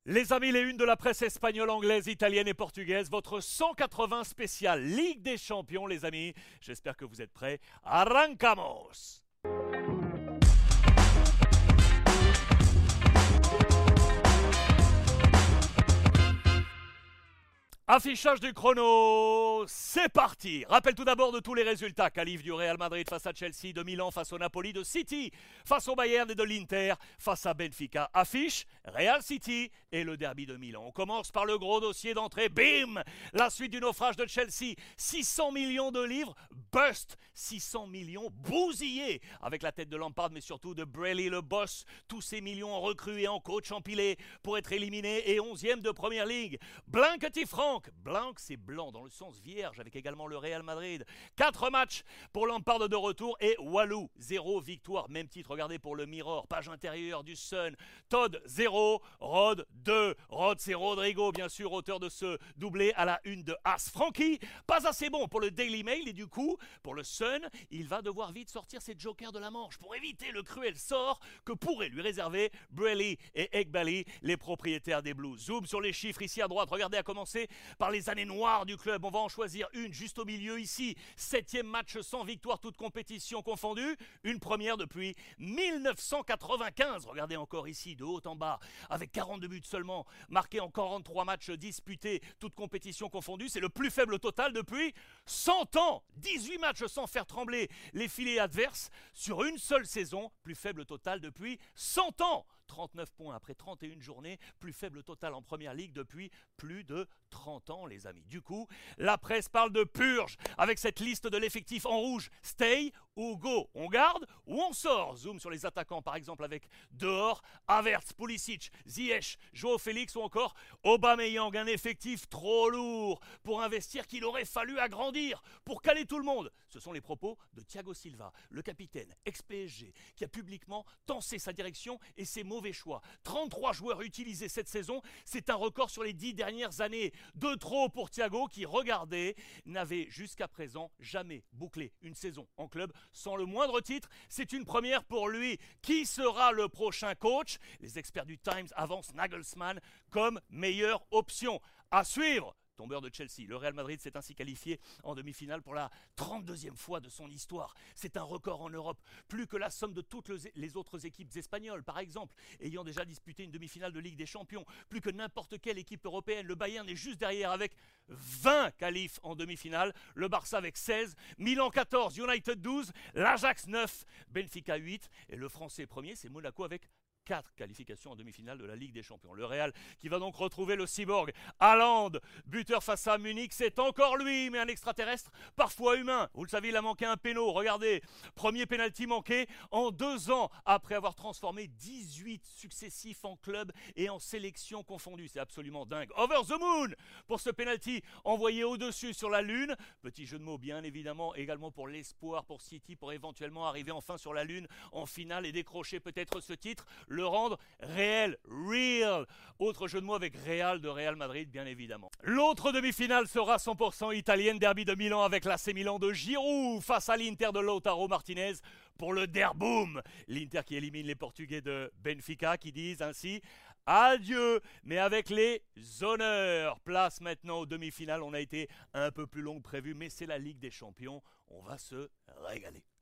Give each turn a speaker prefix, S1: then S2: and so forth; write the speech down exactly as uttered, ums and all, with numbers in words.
S1: Les amis, les unes de la presse espagnole, anglaise, italienne et portugaise, votre cent quatre-vingts spécial Ligue des Champions, les amis. J'espère que vous êtes prêts. Arrancamos! Affichage du chrono, c'est parti. Rappel tout d'abord de tous les résultats. Qualif du Real Madrid face à Chelsea, de Milan face au Napoli, de City face au Bayern et de l'Inter face à Benfica. Affiche Real City et le derby de Milan. On commence par le gros dossier d'entrée. Bim! La suite du naufrage de Chelsea. six cents millions de livres. Bust. six cents millions bousillés avec la tête de Lampard, mais surtout de Brelly, le boss. Tous ces millions en recrues et en coach empilés pour être éliminés et onzième de Première Ligue. Blankety Franck. Blanc, c'est blanc dans le sens vierge avec également le Real Madrid. quatre matchs pour Lampard de retour et Walou, zéro victoire. Même titre, regardez pour le Mirror, page intérieure du Sun. Todd, zéro, Rod, deux. Rod, c'est Rodrigo, bien sûr, auteur de ce doublé à la une de As. Frankie, pas assez bon pour le Daily Mail et du coup, pour le Sun, il va devoir vite sortir ses jokers de la manche pour éviter le cruel sort que pourraient lui réserver Brelly et Egbali, les propriétaires des Blues. Zoom sur les chiffres ici à droite, regardez à commencer par les années noires du club. On va en choisir une juste au milieu ici. Septième match sans victoire, toute compétition confondue. Une première depuis mille neuf cent quatre-vingt-quinze. Regardez encore ici, de haut en bas, avec quarante-deux buts seulement, marqués en quarante-trois matchs disputés, toute compétition confondue. C'est le plus faible total depuis cent ans. dix-huit matchs sans faire trembler les filets adverses sur une seule saison. Plus faible total depuis cent ans. trente-neuf points après trente et une journées, plus faible total en Première Ligue depuis plus de trente ans, les amis. Du coup, la presse parle de purge avec cette liste de l'effectif en rouge. Stay ou go? On garde ou on sort? Zoom sur les attaquants, par exemple, avec dehors Havertz, Pulisic, Ziyech, Joao Félix ou encore Aubameyang. Un effectif trop lourd pour investir qu'il aurait fallu agrandir pour caler tout le monde. Ce sont les propos de Thiago Silva, le capitaine ex-P S G, qui a publiquement tensé sa direction et ses mauvais choix. trente-trois joueurs utilisés cette saison, c'est un record sur les dix dernières années. De trop pour Thiago qui, regardez, n'avait jusqu'à présent jamais bouclé une saison en club sans le moindre titre. C'est une première pour lui. Qui sera le prochain coach? Les experts du Times avancent Nagelsmann comme meilleure option. À suivre. Tombeur de Chelsea, le Real Madrid s'est ainsi qualifié en demi-finale pour la trente-deuxième fois de son histoire. C'est un record en Europe, plus que la somme de toutes les autres équipes espagnoles, par exemple, ayant déjà disputé une demi-finale de Ligue des Champions, plus que n'importe quelle équipe européenne. Le Bayern est juste derrière avec vingt qualifs en demi-finale, le Barça avec seize, Milan quatorze, United douze, l'Ajax neuf, Benfica huit, et le Français premier, c'est Monaco avec quatre qualifications en demi-finale de la Ligue des Champions. Le Real qui va donc retrouver le cyborg Haaland, buteur face à Munich, c'est encore lui, mais un extraterrestre, parfois humain. Vous le savez, il a manqué un péno. Regardez, premier pénalty manqué en deux ans, après avoir transformé dix-huit successifs en club et en sélection confondue. C'est absolument dingue. Over the moon pour ce pénalty envoyé au-dessus sur la lune. Petit jeu de mots, bien évidemment, également pour l'espoir pour City, pour éventuellement arriver enfin sur la lune en finale et décrocher peut-être ce titre, le rendre réel, real. Autre jeu de mots avec Real de Real Madrid, bien évidemment. L'autre demi-finale sera cent pour cent italienne, derby de Milan avec l'A C Milan de Giroud face à l'Inter de Lautaro Martinez pour le derboom. L'Inter qui élimine les Portugais de Benfica, qui disent ainsi adieu, mais avec les honneurs. Place maintenant aux demi-finales. On a été un peu plus long que prévu, mais c'est la Ligue des Champions. On va se régaler.